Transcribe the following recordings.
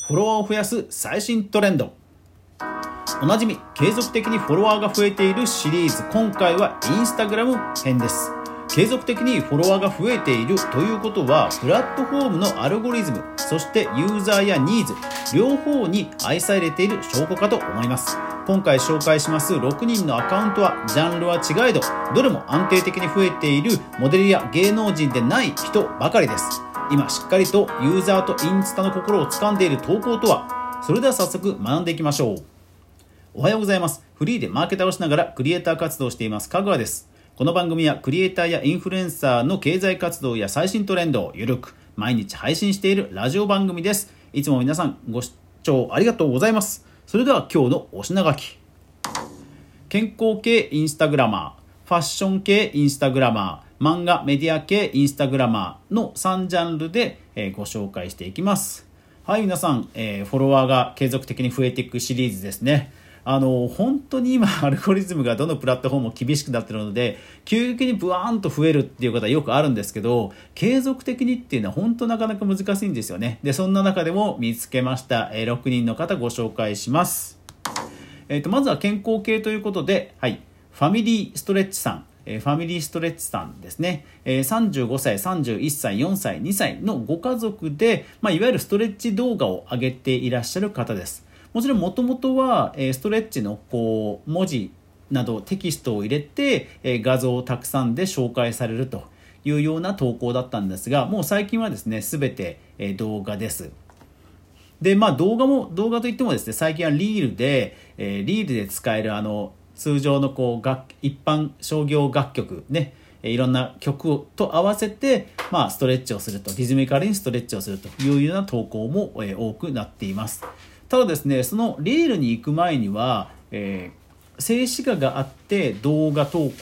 フォロワーを増やす最新トレンド。おなじみ継続的にフォロワーが増えているシリーズ、今回はインスタグラム編です。継続的にフォロワーが増えているということは、プラットフォームのアルゴリズム、そしてユーザーやニーズ両方に愛されている証拠かと思います。今回紹介します6人のアカウントはジャンルは違えど、どれも安定的に増えているモデルや芸能人でない人ばかりです。今しっかりとユーザーとインスタの心を掴んでいる投稿とは。それでは早速学んでいきましょう。おはようございます。フリーでマーケターをしながらクリエイター活動をしています香川です。この番組はクリエイターやインフルエンサーの経済活動や最新トレンドをゆるく毎日配信しているラジオ番組です。いつも皆さんご視聴ありがとうございます。それでは今日のお品書き。健康系インスタグラマー、ファッション系インスタグラマー、漫画メディア系インスタグラマーの3ジャンルでご紹介していきます。はい、皆さん、フォロワーが継続的に増えていくシリーズですね。本当に今アルゴリズムがどのプラットフォームも厳しくなっているので、急激にブワーンと増えるっていうことはよくあるんですけど、継続的にっていうのは本当なかなか難しいんですよね。で、そんな中でも見つけました、6人の方ご紹介します。まずは健康系ということで、はい、ファミリーストレッチさん、ファミリーストレッチさんですね。35歳、31歳、4歳、2歳のご家族で、いわゆるストレッチ動画を上げていらっしゃる方です。もちろん元々はストレッチの文字などテキストを入れて画像をたくさんで紹介されるというような投稿だったんですが、もう最近はですね、すべて動画です。で、動画といってもですね、最近はリールで使える通常の一般商業楽曲ね、いろんな曲と合わせてストレッチをすると、リズミカルにストレッチをするというような投稿も多くなっています。ただですね、そのリールに行く前には、静止画があって動画投稿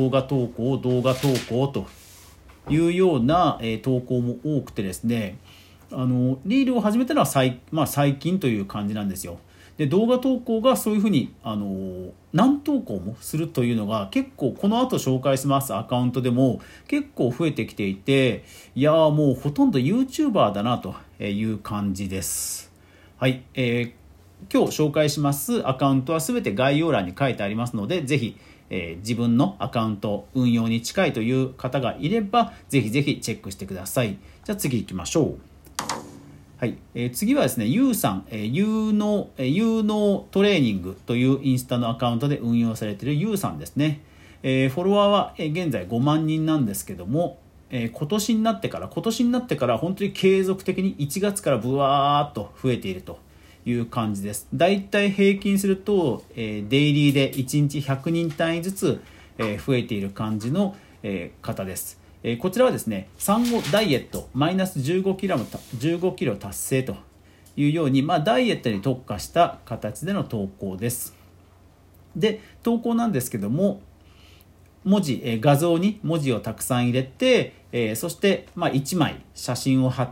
というような投稿も多くてですね、リールを始めたのは最近という感じなんですよ。で、動画投稿がそういうふうに何投稿もするというのが結構この後紹介しますアカウントでも結構増えてきていて、いやもうほとんど YouTuber だなという感じです。はい、今日紹介しますアカウントはすべて概要欄に書いてありますので、ぜひ、自分のアカウント運用に近いという方がいればぜひぜひチェックしてください。じゃあ次行きましょう。はい、次はですね、ゆうさん、有能トレーニングというインスタのアカウントで運用されているゆうさんですね。フォロワーは現在5万人なんですけども、今年になってから本当に継続的に1月からブワーっと増えているという感じです。だいたい平均すると、デイリーで1日100人単位ずつ、増えている感じの、方です。こちらはですね、産後ダイエットマイナス15キロ達成というように、ダイエットに特化した形での投稿です。で、投稿なんですけども、画像に文字をたくさん入れて、そして1枚写真を貼って、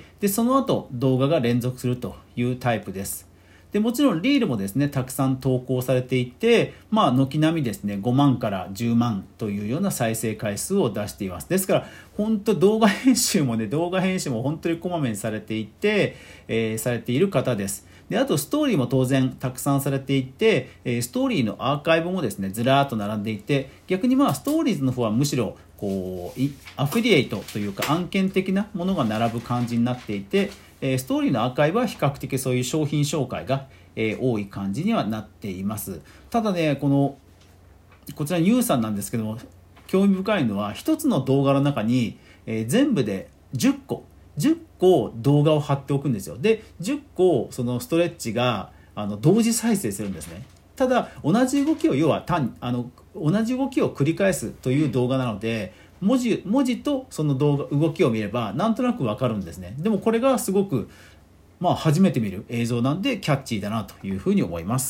でその後動画が連続するというタイプです。でもちろんリールもですね、たくさん投稿されていて、軒並みですね、5万から10万というような再生回数を出しています。ですから本当動画編集も本当にこまめにされていて、されている方です。で、あとストーリーも当然たくさんされていて、ストーリーのアーカイブもですね、ずらーっと並んでいて、逆にストーリーズの方はむしろアフィリエイトというか案件的なものが並ぶ感じになっていて、ストーリーのアーカイブは比較的そういう商品紹介が多い感じにはなっています。ただね、こちらユウさんなんですけども、興味深いのは一つの動画の中に全部で10個動画を貼っておくんですよ。で、10個そのストレッチが同時再生するんですね。ただ同じ動きを同じ動きを繰り返すという動画なので、文字とその動きを見ればなんとなくわかるんですね。でもこれがすごく初めて見る映像なんでキャッチーだなというふうに思います。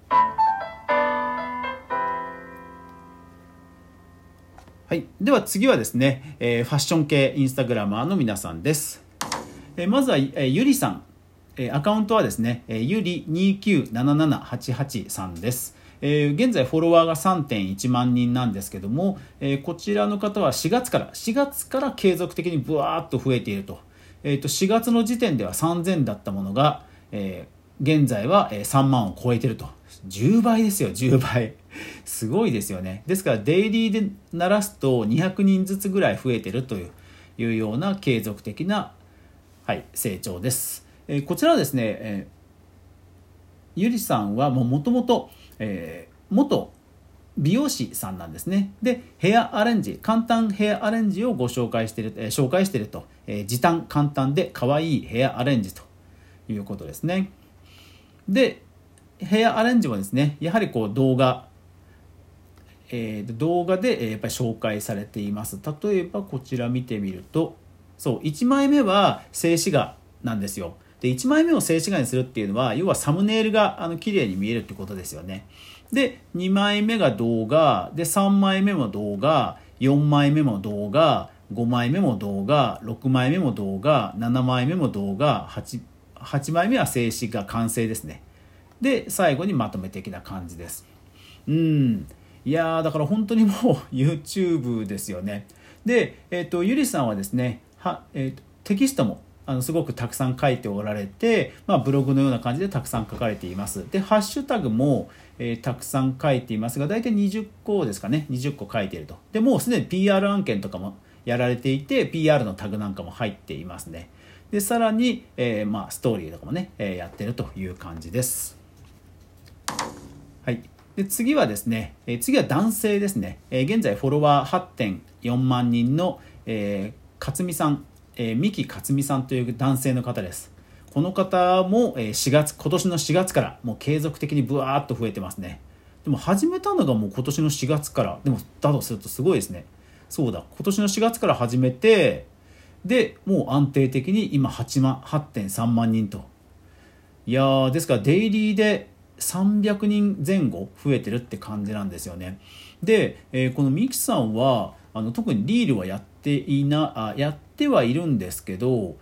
はい、では次はですね、ファッション系インスタグラマーの皆さんです。まずはゆりさん、アカウントはですね、ゆり297788さんです。現在フォロワーが 3.1 万人なんですけども、こちらの方は4月から継続的にブワーッと増えていると 4月の時点では3000だったものが、現在は3万を超えてると。10倍ですよ、10倍。すごいですよね。ですからデイリーで鳴らすと200人ずつぐらい増えてるというような継続的な、成長です。こちらはですね、ゆりさんはもともと元美容師さんなんですね。で、ヘアアレンジ、簡単ヘアアレンジをご紹介している、と、時短簡単で可愛いヘアアレンジということですね。で、ヘアアレンジもですね、やはり動画でやっぱり紹介されています。例えばこちら見てみると、1枚目は静止画なんですよ。で、1枚目を静止画にするっていうのは、要はサムネイルが綺麗に見えるってことですよね。で、2枚目が動画で、3枚目も動画、4枚目も動画、5枚目も動画、6枚目も動画、7枚目も動画、8枚目は静止画完成ですね。で、最後にまとめ的な感じです。いやだから本当にもう YouTube ですよね。で、ゆりさんはですね、テキストもすごくたくさん書いておられて、ブログのような感じでたくさん書かれています。で、ハッシュタグも、たくさん書いていますが、大体20個ですかね、20個書いていると。で、もうすでに PR 案件とかもやられていて、 PR のタグなんかも入っていますね。で、さらに、ストーリーとかもね、やってるという感じです。で、次はですね、次は男性ですね。現在フォロワー 8.4 万人の、勝美さん、三木勝美さんという男性の方です。この方も今年の4月からもう継続的にブワーッと増えてますね。でも始めたのがもう今年の4月から、でもだとするとすごいですね。そうだ、今年の4月から始めて、でもう安定的に今8.3 万人と。いやー、ですからデイリーで300人前後増えてるって感じなんですよね。で、このミキさんは特にリールはやってはいるんですけど、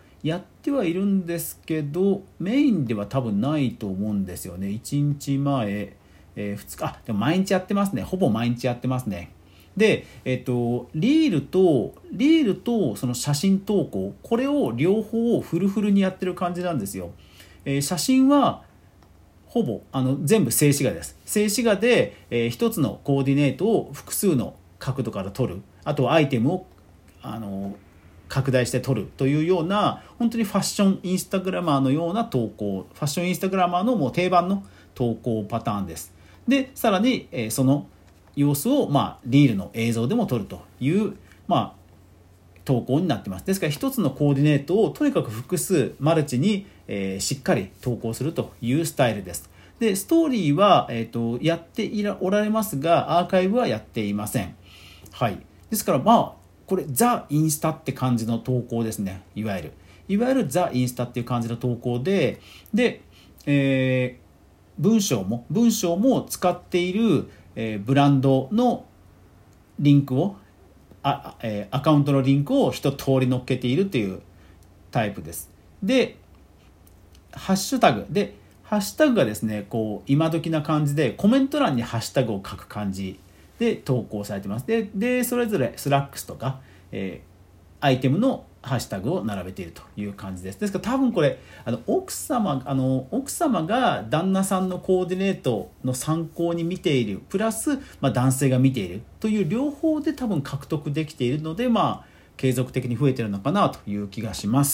メインでは多分ないと思うんですよね。1日前、2日、でも毎日やってますね。ほぼ毎日やってますね。で、リールとその写真投稿、これを両方フルフルにやってる感じなんですよ。写真はほぼ全部静止画です。静止画で、一つのコーディネートを複数の角度から撮る、あとはアイテムを拡大して撮るというような、本当にファッションインスタグラマーのような投稿、ファッションインスタグラマーのもう定番の投稿パターンです。で、さらに、その様子を、リールの映像でも撮るという、投稿になってます。ですから一つのコーディネートをとにかく複数マルチに、しっかり投稿するというスタイルです。で、ストーリーは、やっておられますが、アーカイブはやっていません。ですからこれザ・インスタって感じの投稿ですね。いわゆるザ・インスタっていう感じの投稿で、文章も使っている、ブランドのリンクをアカウントのリンクを一通り載っけているというタイプです。で、ハッシュタグがですね、今時な感じでコメント欄にハッシュタグを書く感じで投稿されています。でそれぞれスラックスとか、アイテムのハッシュタグを並べているという感じです。ですから多分これ奥様が旦那さんのコーディネートの参考に見ているプラス、男性が見ているという両方で多分獲得できているので、継続的に増えているのかなという気がします。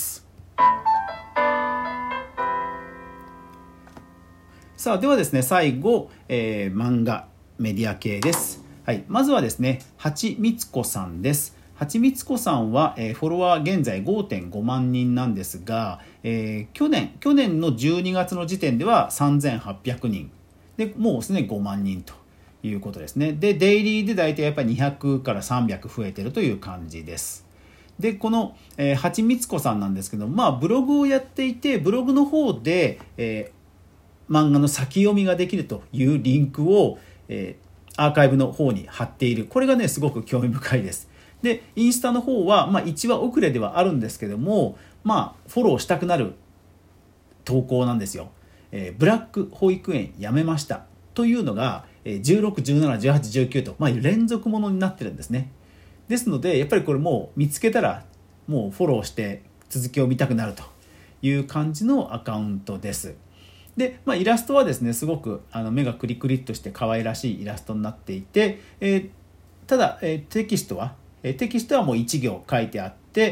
さあ、ではですね、最後、漫画メディア系です。まずはですね、八光子さんです。八光子さんは、フォロワー現在 5.5 万人なんですが、去年の12月の時点では3800人で、もうすでに5万人ということですね。で、デイリーで大体やっぱり200から300増えてるという感じです。で、この、八光子さんなんですけど、ブログをやっていて、ブログの方で、漫画の先読みができるというリンクを、アーカイブの方に貼っている。これがね、すごく興味深いです。で、インスタの方は、1話遅れではあるんですけども、フォローしたくなる投稿なんですよ。ブラック保育園やめましたというのが、16、17、18、19と、連続ものになってるんですね。ですので、やっぱりこれもう見つけたら、もうフォローして続きを見たくなるという感じのアカウントです。で、イラストはですねすごく目がクリクリっとして可愛らしいイラストになっていて、ただ、テキストはもう1行書いてあって、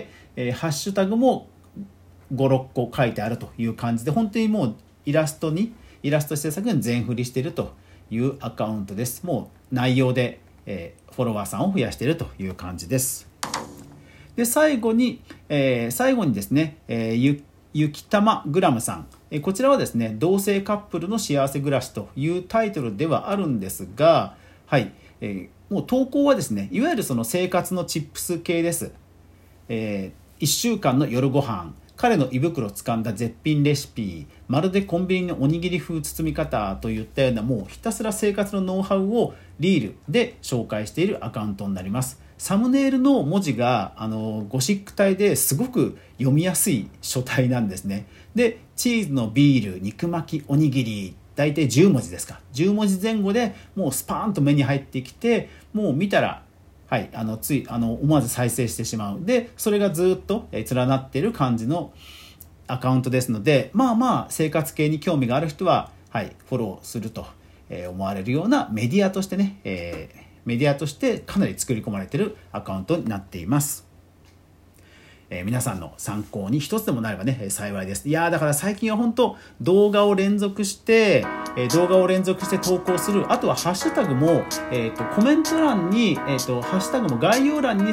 ハッシュタグも5、6個書いてあるという感じで、本当にもうイラスト制作に全振りしているというアカウントです。もう内容で、フォロワーさんを増やしているという感じです。で最後にですね、ゆきたまグラムさん、こちらはですね同性カップルの幸せ暮らしというタイトルではあるんですが、はい、もう投稿はですねいわゆるその生活のチップス系です。1週間の夜ご飯、彼の胃袋を掴んだ絶品レシピ、まるでコンビニのおにぎり風包み方といったような、もうひたすら生活のノウハウをリールで紹介しているアカウントになります。サムネイルの文字がゴシック体ですごく読みやすい書体なんですね。でチーズのビール、肉巻き、おにぎり、大体10文字ですか、10文字前後でもうスパーンと目に入ってきて、もう見たらはい、思わず再生してしまう。でそれがずっと連なっている感じのアカウントですので、生活系に興味がある人は、はい、フォローすると思われるようなメディアとしてね、メディアとしてかなり作り込まれているアカウントになっています。皆さんの参考に一つでもなればね幸いです。いやだから最近は本当動画を連続して投稿する。あとはハッシュタグも、コメント欄に、ハッシュタグも概要欄に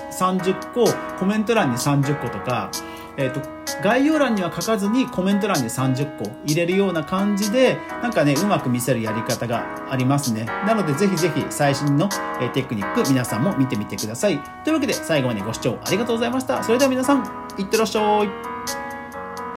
30個、コメント欄に30個とか、概要欄には書かずにコメント欄に30個入れるような感じでなんかねうまく見せるやり方がありますね。なのでぜひぜひ最新のテクニック皆さんも見てみてください。というわけで最後までご視聴ありがとうございました。それでは皆さんいってらっしゃい。